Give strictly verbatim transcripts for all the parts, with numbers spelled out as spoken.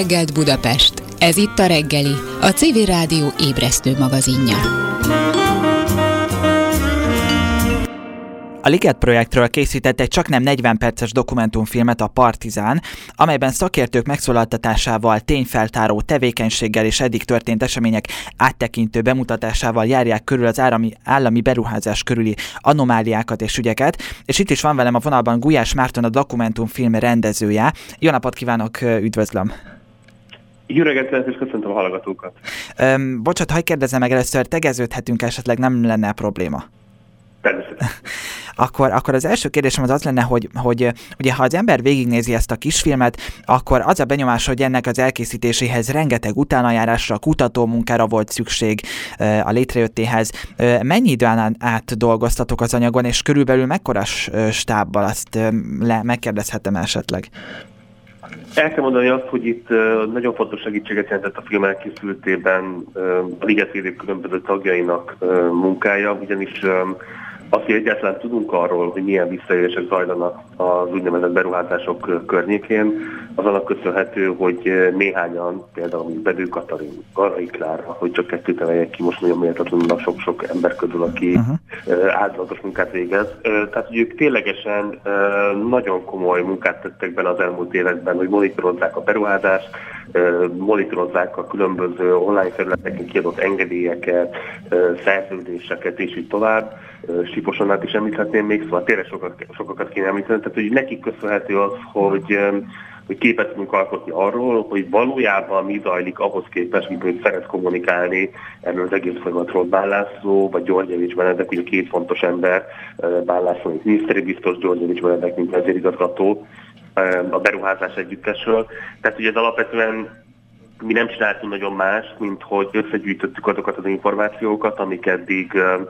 reggelt Budapest! Ez itt a reggeli, a cé vé Rádió ébresztő magazinja. A Liget projektről készített egy csaknem negyven perces dokumentumfilmet a Partizán, amelyben szakértők megszólaltatásával, tényfeltáró tevékenységgel és eddig történt események áttekintő bemutatásával járják körül az állami, állami beruházás körüli anomáliákat és ügyeket. És itt is van velem a vonalban Gulyás Márton, a dokumentumfilm rendezője. Jó napot kívánok, üdvözlöm! Jó reggelt, és köszöntöm a hallgatókat! Öm, bocsát, hadd kérdezzem meg először, tegeződhetünk esetleg, nem lenne probléma? Akkor, akkor az első kérdésem az az lenne, hogy, hogy ugye ha az ember végignézi ezt a kisfilmet, akkor az a benyomás, hogy ennek az elkészítéséhez rengeteg utánajárásra, kutatómunkára volt szükség a létrejöttéhez. Mennyi időn át dolgoztatok az anyagon, és körülbelül mekkora stábbal, azt le, megkérdezhetem esetleg? El kell mondani azt, hogy itt nagyon fontos segítséget jelentett a film elkészültében a Liget különböző tagjainak munkája, ugyanis azt, hogy egyáltalán tudunk arról, hogy milyen visszaélések zajlanak az úgynevezett beruházások környékén, az annak köszönhető, hogy néhányan, például Bedő Katalin, Garai Klára, hogy csak kettőt emeljek ki, most nagyon méltatlanul sok-sok ember közül, aki uh-huh. áldozatos munkát végez. Tehát, hogy ők ténylegesen nagyon komoly munkát tettek bele az elmúlt években, hogy monitorozzák a beruházást, monitorozzák a különböző online felületeken kiadott engedélyeket, szerződéseket, és így tovább. Siposonnát is említhetném még, szóval tényleg sokat, sokakat kéne említeni. Tehát, hogy nekik köszönhető az, hogy, hogy képet tudunk alkotni arról, hogy valójában mi zajlik ahhoz képest, mint hogy szeret kommunikálni erről az egész folyamatról Bán László, vagy Györgyevics Benedek, ugye két fontos ember, Bán László, mint miniszteri biztos, Györgyevics Benedek, mint vezérigazgató a beruházás együttesről. Tehát ugye ez alapvetően mi nem csináltunk nagyon más, mint hogy összegyűjtöttük azokat az információkat, amik eddig um,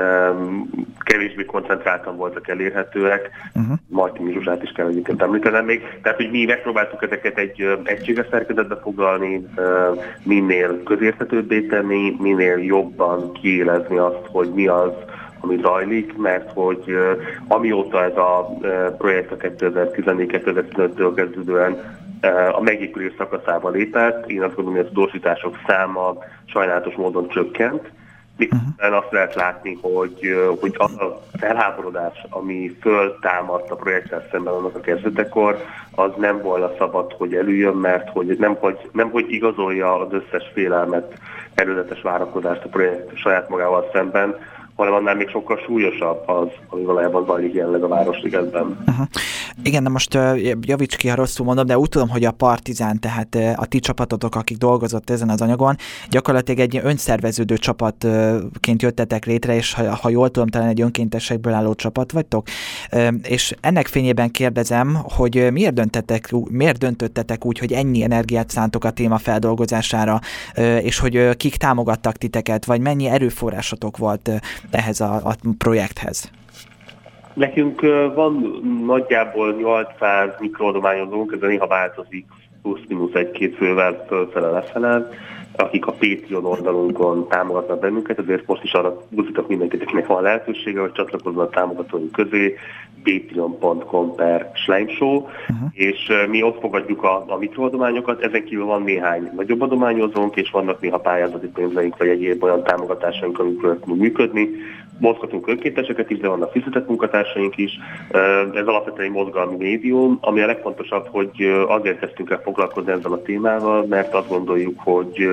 um, kevésbé koncentráltan voltak elérhetőek. Uh-huh. Martin Zsuzsát is kell egyébként említenem még. Tehát, hogy mi megpróbáltuk ezeket egy uh, egységes szerkezetbe foglalni, uh, minél közérthetőbbé tenni, minél jobban kiélezni azt, hogy mi az, ami zajlik, mert hogy uh, amióta ez a uh, projekt a kétezer-tizennégy kétezer-tizenöttől kezdődően a megépülés szakaszába lépett, én azt gondolom, hogy a tudósítások száma sajnálatos módon csökkent. Miközben azt lehet látni, hogy, hogy az a felháborodás, ami föltámadt a projekttel szemben annak a kezdetekor, az nem volna szabad, hogy előjön, mert hogy nem, hogy nem hogy igazolja az összes félelmet, előzetes várakozást a projekt saját magával szemben, hanem annál még sokkal súlyosabb az, ami valójában zajlik jelenleg a Városligetben. Uh-huh. Igen, de most uh, javíts ki, ha rosszul mondom, de úgy tudom, hogy a Partizán, tehát uh, a ti csapatotok, akik dolgozott ezen az anyagon, gyakorlatilag egy önszerveződő csapatként jöttetek létre, és ha, ha jól tudom, talán egy önkéntesekből álló csapat vagytok. Uh, és ennek fényében kérdezem, hogy miért döntettek, miért döntöttetek úgy, hogy ennyi energiát szántok a téma feldolgozására, uh, és hogy uh, kik támogattak titeket, vagy mennyi erőforrásotok volt uh, ehhez a, a projekthez? Nekünk van nagyjából nyolcszáz mikroadományozónk, ez néha változik, plusz-minusz egy-két fővel fölfele lefele, akik a Patreon oldalunkon támogatnak bennünket, ezért most is arra buzdítok mindenkit, akinek van lehetősége, hogy csatlakozzon a támogatóink közé, patreon pont com per Schleimshow, uh-huh. és mi ott fogadjuk a, a mikroadományokat, ezen kívül van néhány nagyobb adományozónk, és vannak néha pályázati pénzeink, vagy egyéb olyan támogatásaink, amikről tudunk működni. Mozgatunk önkénteseket is, de vannak fizetett munkatársaink is. Ez alapvetően egy mozgalmi médium, ami a legfontosabb, hogy azért kezdtünk el foglalkozni ezzel a témával, mert azt gondoljuk, hogy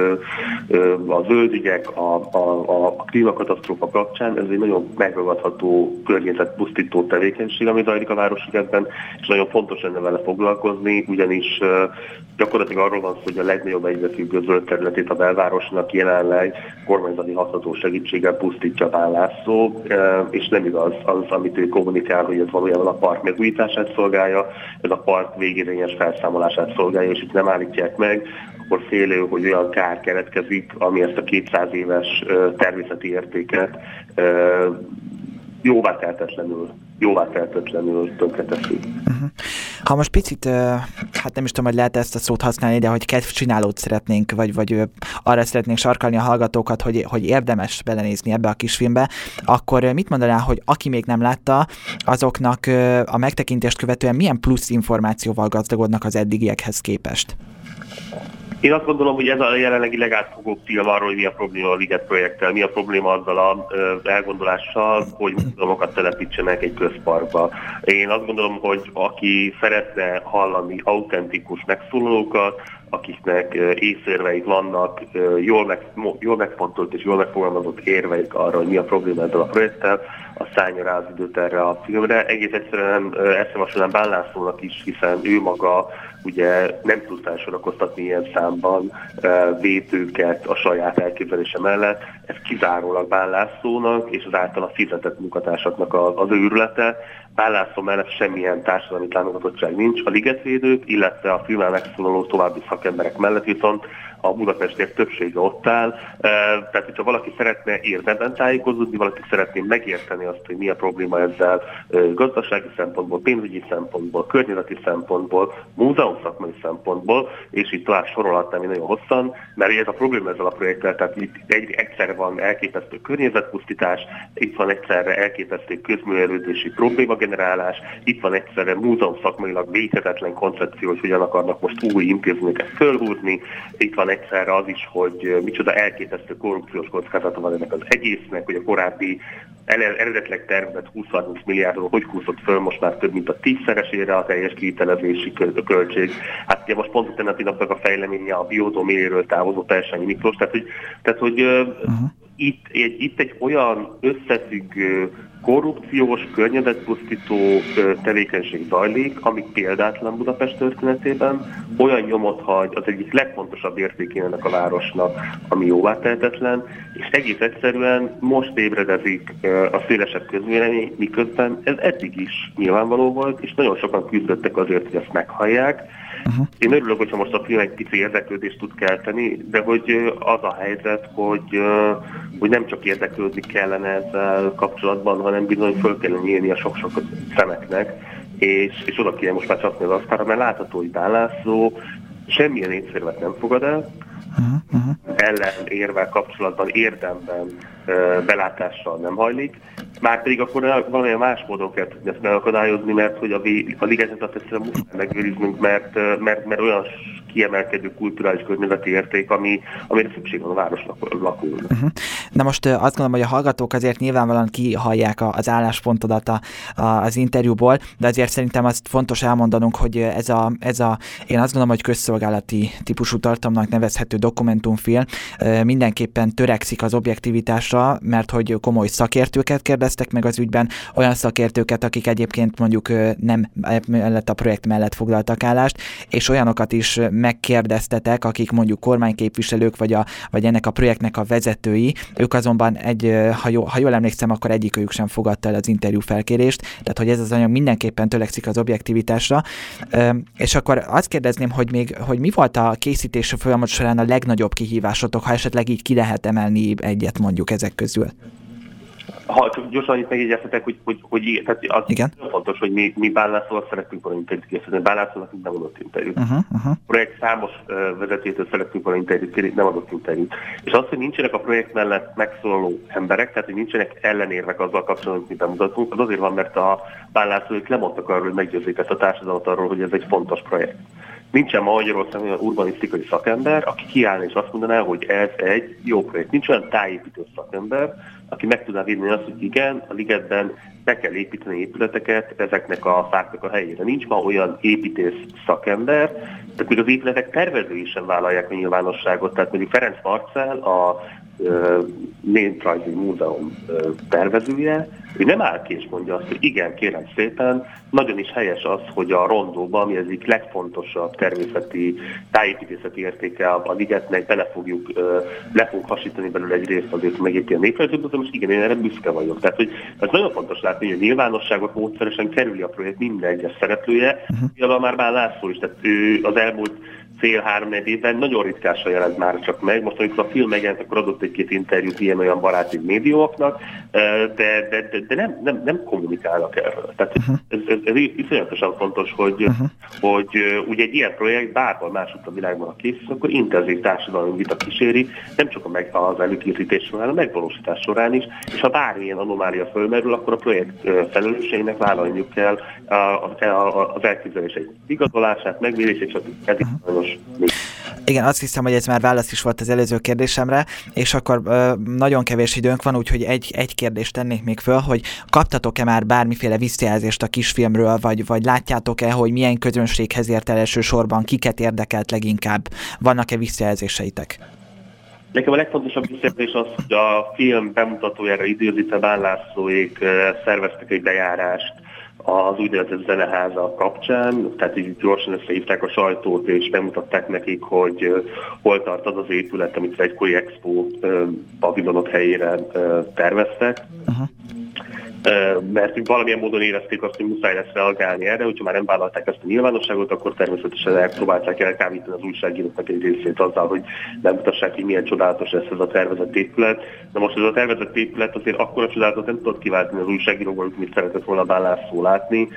a zöldügyek, a, a, a klímakatasztrófa kapcsán ez egy nagyon megragadható környezetpusztító tevékenység, ami zajlik a Városligetben, és nagyon fontos lenne vele foglalkozni, ugyanis gyakorlatilag arról van szó, hogy a legnagyobb egybefüggő zöld területét a belvárosnak jelenleg kormányzati hatható segítséggel pusztítja Bán László, és nem igaz az, amit ő kommunikál, hogy ez valójában a park megújítását szolgálja, ez a park végérvényes felszámolását szolgálja, és itt nem állítják meg, akkor félő, hogy olyan kár keletkezik, ami ezt a kétszáz éves természeti értéket jóvá tehetetlenül, jóvá tehetetlenül tönkreteszi. Uh-huh. Ha most picit, hát nem is tudom, hogy lehet ezt a szót használni, de hogy kedvcsinálót szeretnénk, vagy, vagy arra szeretnénk sarkalni a hallgatókat, hogy, hogy érdemes belenézni ebbe a kisfilmbe, akkor mit mondanál, hogy aki még nem látta, azoknak a megtekintést követően milyen plusz információval gazdagodnak az eddigiekhez képest? Én azt gondolom, hogy ez a jelenlegi legátfogóbb film arról, hogy mi a probléma a Liget projekttel, mi a probléma azzal az elgondolással, hogy múzeumokat telepítsenek egy közparkba. Én azt gondolom, hogy aki szeretne hallani autentikus megszólalókat, akiknek észérveik vannak, jól, meg, jól megfontolt és jól megfogalmazott érveik arra, hogy mi a probléma ezzel a projekttel, az szállja rá az időt erre a filmre. Egész egyszerűen eszemvasolán Bán Lászlónak is, hiszen ő maga ugye nem tud felsorakoztatni ilyen számban védőket a saját elképzelése mellett. Ez kizárólag Bán Lászlónak és az általa fizetett munkatársaknak az őrülete. Bán László mellett semmilyen társadalmi támogatottság nincs. A ligetvédők, illetve a filmmel megszólaló további szakemberek mellett viszont a budapestiek többsége ott áll. Tehát, hogyha valaki szeretne érdemben tájékozódni, valaki szeretné megérteni azt, hogy mi a probléma ezzel gazdasági szempontból, pénzügyi szempontból, környezeti szempontból, múzeum szakmai szempontból, és így tovább sorolhatnám én nagyon hosszan, mert ez a probléma ezzel a projekttel, tehát itt egy, egyszer van elképesztő környezetpusztítás, itt van egyszerre elképesztő közművelődési problémagenerálás, itt van egyszerre múzeum szakmailag véghetetlen koncepció, hogy hogyan akarnak most új intézményeket fölhúzni, itt van egyszerre az is, hogy micsoda elképesztő korrupciós kockázata van ennek az egésznek, hogy a korábbi eredetleg tervezett húsz-harminc milliárdról hogy kúszott föl most már több mint a tízszeresére a teljes kivitelezési költség. Hát ugye most pont utána napnak a fejleménye a biodoméről távozó Persányi Miklós, tehát hogy, tehát, hogy uh-huh. itt, egy, itt egy olyan összefüggő korrupciós, környezetpusztító tevékenység zajlik, ami példátlan Budapest történetében, olyan nyomot hagy az egyik legfontosabb értékén ennek a városnak, ami jóvá tehetetlen, és egész egyszerűen most ébredezik a szélesebb közvélemény, miközben ez eddig is nyilvánvaló volt, és nagyon sokan küzdöttek azért, hogy ezt meghallják. Uh-huh. Én örülök, hogyha most a film egy pici érdeklődést tud kelteni, de hogy az a helyzet, hogy, hogy nem csak érdeklődni kellene ezzel kapcsolatban, hanem bizony föl kellene nyílni a sok-sok szemeknek, és, és oda kéne most már csapni az asztalra, mert látható, hogy Bán László semmilyen észérvet nem fogad el, uh-huh. ellen érvel kapcsolatban érdemben belátással nem hajlik, márpedig akkor valamilyen más módon kell tudni ezt megakadályozni, mert hogy a, a ligetet azt egyszerűen muszáj megőriznünk, mert, mert, mert olyan kiemelkedő kulturális környezeti érték, ami, amire szükség van a városnak lakónak. Uh-huh. Na most azt gondolom, hogy a hallgatók azért nyilvánvalóan kihallják az álláspontodat a, a, az interjúból, de azért szerintem azt fontos elmondanunk, hogy ez a, ez a én azt gondolom, hogy közszolgálati típusú tartalomnak nevezhető dokumentumfilm mindenképpen törekszik az objektivitásra, mert hogy komoly szakértőket kérdeztek meg az ügyben, olyan szakértőket, akik egyébként mondjuk nem mellett a projekt mellett foglaltak állást, és olyanokat is megkérdeztetek, akik mondjuk kormányképviselők, vagy, a, vagy ennek a projektnek a vezetői. Ők azonban, egy, ha, jó, ha jól emlékszem, akkor egyikőjük sem fogadta el az interjú felkérést, tehát hogy ez az anyag mindenképpen törekszik az objektivitásra. És akkor azt kérdezném, hogy még, hogy mi volt a készítési folyamat során a legnagyobb kihívásotok, ha esetleg így ki lehet emelni egyet mondjuk ezek közül? Ha csak gyorsan annyit megjegyeztetek, hogy, hogy, hogy tehát az igen? Fontos, hogy mi, mi Bán Lászlóval szeretünk volna interjút készíteni. Bán Lászlónak nem adott interjút. Uh-huh, uh-huh. A projekt számos uh, vezetőtől szeretünk volna interjút kérni, nem adott interjút. És az, hogy nincsenek a projekt mellett megszólaló emberek, tehát hogy nincsenek ellenérvek azzal kapcsolatban, amit mi bemutatunk, az azért van, mert a Bán Lászlóik lemondtak arról, hogy meggyőzik ezt a társadalmat arról, hogy ez egy fontos projekt. Nincsen ma Magyarországon olyan urbanisztikai szakember, aki kiállna és azt mondaná, hogy ez egy jó projekt. Nincs olyan tájépítő szakember, aki meg tudná védeni azt, hogy igen, a ligetben be kell építeni épületeket ezeknek a fáknak a helyére. Nincs ma olyan építész szakember, tehát még az épületek tervezői sem vállalják a nyilvánosságot. Tehát mondjuk Ferenc Marcell, a Néprajzi Múzeum tervezője, ő nem áll ki és mondja azt, hogy igen, kérem szépen, nagyon is helyes az, hogy a rondóban, ami egyik legfontosabb természeti, tájépítészeti értéke a ligetnek, bele fogjuk, le fogunk hasítani belőle egy részt azért, hogy megépíti a Néprajzi, és igen, én erre büszke vagyok. Tehát, hogy ez nagyon fontos látni, hogy a nyilvánosságot módszeresen kerüli a projekt minden egyes szereplője, uh-huh. már Bán László is, tehát ő az elmúlt fél-három évben nagyon ritkásan jelent már csak meg. Most, amikor a film megjelent, akkor adott egy-két interjút ilyen-olyan baráti médiumoknak, de, de, de, de nem, nem, nem kommunikálnak erről. Tehát uh-huh. ez, ez, ez iszonyatosan fontos, hogy, uh-huh. hogy ugye egy ilyen projekt bárhol máshogy a világban a készül, akkor intenzív társadalmi vita kíséri, nem csak a meg, az előkészítés során, hanem a megvalósítás során is, és ha bármilyen anomália fölmerül, akkor a projekt felelősségnek vállalniuk kell az elképzelések igazolását, megvélését, és ez is nagyon fontos. Igen, azt hiszem, hogy ez már válasz is volt az előző kérdésemre, és akkor ö, nagyon kevés időnk van, úgyhogy egy, egy kérdést tennék még föl, hogy kaptatok-e már bármiféle visszajelzést a kisfilmről, vagy, vagy látjátok-e, hogy milyen közönséghez ért el elsősorban, kiket érdekelt leginkább? Vannak-e visszajelzéseitek? Nekem a legfontosabb visszajelzés az, hogy a film bemutatójára időzítve Bán Lászlóék szerveztek egy bejárást az úgynevezett zeneháza kapcsán, tehát így gyorsan összehívták a sajtót, és bemutatták nekik, hogy hol tart az az épület, amit egykori Expo pavilonok helyére terveztek. Uh-huh. Mert valamilyen módon érezték azt, hogy muszáj lesz reagálni erre, hogyha már nem vállalták ezt a nyilvánosságot, akkor természetesen elpróbálták elkámítani az újságíróknak egy részét azzal, hogy nem mutassák, hogy milyen csodálatos lesz ez a tervezett épület. Na most ez a tervezett épület azért akkora csodálatot nem tudott kiváltani az újságíróból, amit szeretett volna Bán László látni.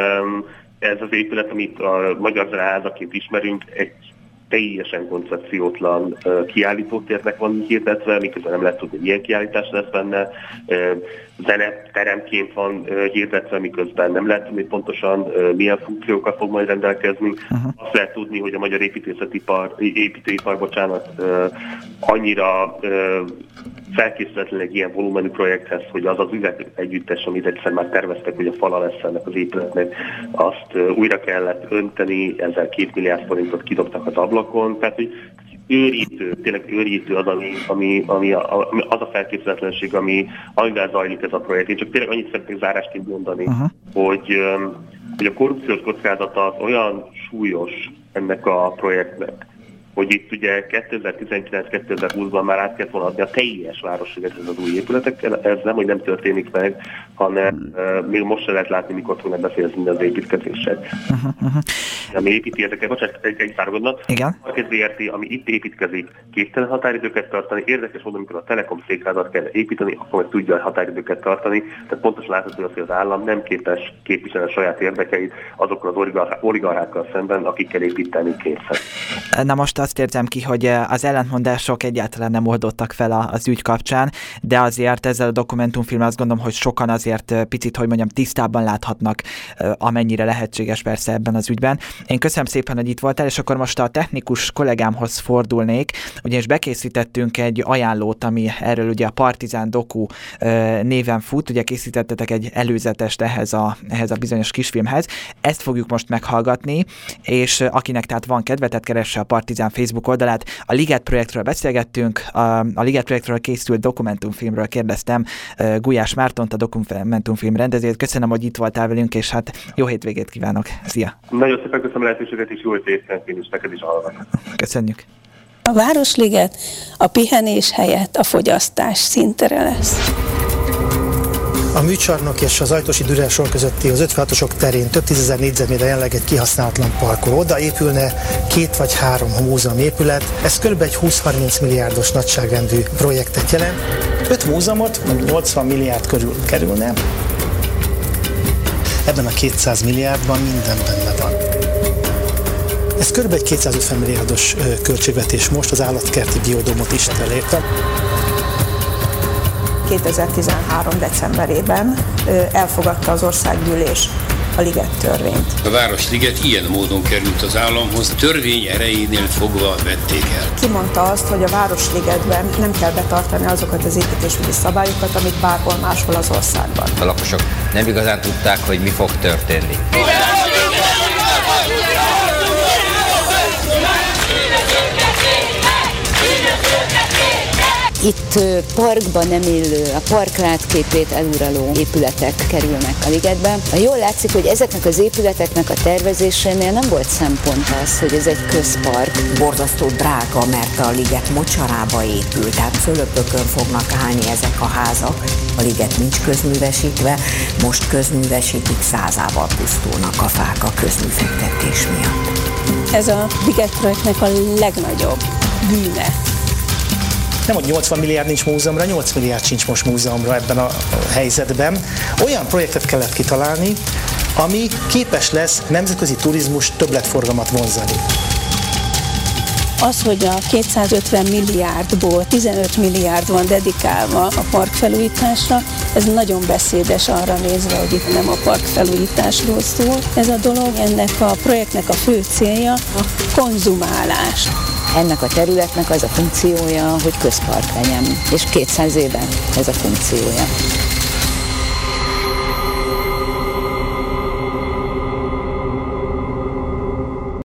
Ez az épület, amit a Magyar Zeneházaként ismerünk, egy teljesen koncepciótlan uh, kiállítótérnek van hirdetve, miközben nem lehet tudni, hogy milyen kiállítás lesz benne. Uh, zeneteremként van uh, hirdetve, miközben nem lehet tudni pontosan uh, milyen funkciókkal fog majd rendelkezni. Uh-huh. Azt lehet tudni, hogy a magyar építészetipar, építőipar, bocsánat, uh, annyira uh, felkészületlen egy ilyen volumenű projekthez, hogy az az üveg együttes, amit egyszer már terveztek, hogy a fala lesz ennek az épületnek, azt uh, újra kellett önteni, ezzel két milliárd forintot kidobtak az ablakon, tehát hogy őrítő, tényleg őrítő az, ami, ami, ami a, az a felkészületlenség, ami, amivel zajlik ez a projekt. Én csak tényleg annyit szeretnék zárásként mondani, uh-huh. hogy, hogy a korrupciós kockázata az olyan súlyos ennek a projektnek, hogy itt ugye kétezer-tizenkilenc kétezer-húszban már át kellett volna adni a teljes városligethez az új épületekkel. Ez nem, hogy nem történik meg, hanem uh, még most se lehet látni, mikor fognak befejezni az építkezések. Uh-huh, uh-huh. Ami építi érdekes, bocsánat, egy, egy pár gondolat. Igen. A zé er té, ami itt építkezik, képtelen határidőket tartani. Érdekes módon, amikor a Telekom székházat kell építeni, akkor meg tudja a határidőket tartani. Tehát pontosan látható az, hogy az állam nem képes képviselni a saját érdekeit azokkal az oligarchákkal szemben, akikkel építeni kényszer. Na most azt érzem ki, hogy az ellentmondások egyáltalán nem oldottak fel az ügy kapcsán, de azért ezzel a dokumentumfilm azt gondolom, hogy sokan azért picit, hogy mondjam, tisztában láthatnak, amennyire lehetséges persze ebben az ügyben. Én köszönöm szépen, hogy itt voltál, és akkor most a technikus kollégámhoz fordulnék, ugyanis bekészítettünk egy ajánlót, ami erről ugye a Partizán doku néven fut, ugye készítettetek egy előzetest ehhez a, ehhez a bizonyos kisfilmhez. Ezt fogjuk most meghallgatni, és akinek tehát van kedve, tehát keresse a Partizán Facebook oldalát. A Liget projektről beszélgettünk, a, a Liget projektről készült dokumentumfilmről kérdeztem uh, Gulyás Mártont, a dokumentumfilm rendezőjét. Köszönöm, hogy itt voltál velünk, és hát jó hétvégét kívánok. Szia! Nagyon szépen köszönöm a lehetőséget, és jó hétvégét én is neked is hallgatok. Köszönjük! A Városliget a pihenés helyett a fogyasztás színtere lesz. A műcsarnok és az Ajtósi Dürer sor közötti az ötvenhatosok terén több tízezer négyzetméter jelenleg egy kihasználatlan parkoló. Oda épülne két vagy három múzeumi épület. Ez kb. Egy húsz-harminc milliárdos nagyságrendű projektet jelent. öt múzeumot nyolcvan milliárd körül kerülne. Ebben a kétszáz milliárdban minden benne van. Ez kb. Egy kétszázötven milliárdos költségvetés most, az állatkerti biodómot is elérte. kétezer-tizenhárom decemberében elfogadta az országgyűlés a Liget törvényt. A Városliget ilyen módon került az államhoz, törvény erejénél fogva vették el. Kimondta azt, hogy a Városligetben nem kell betartani azokat az építésügyi szabályokat, amit bárhol máshol az országban. A lakosok nem igazán tudták, hogy mi fog történni. Itt parkban nem illő, a park látképét eluraló épületek kerülnek a Ligetbe. Jól látszik, hogy ezeknek az épületeknek a tervezésénél nem volt szempont az, hogy ez egy közpark. Borzasztó drága, mert a Liget mocsarába épül, tehát fölöpökön fognak állni ezek a házak. A Liget nincs közművesítve, most közművesítik, százával pusztulnak a fák a közműfektetés miatt. Ez a Liget projektnek a legnagyobb bűne. Nem, hogy nyolcvan milliárd nincs múzeumra, nyolc milliárd sincs most múzeumra ebben a helyzetben. Olyan projektet kellett kitalálni, ami képes lesz nemzetközi turizmus többletforgalmat vonzani. Az, hogy a kétszázötven milliárdból tizenöt milliárd van dedikálva a parkfelújításra, ez nagyon beszédes arra nézve, hogy itt nem a parkfelújításról szól. Ez a dolog, ennek a projektnek a fő célja a konzumálás. Ennek a területnek az a funkciója, hogy közpark legyen, és kétszáz éve ez a funkciója.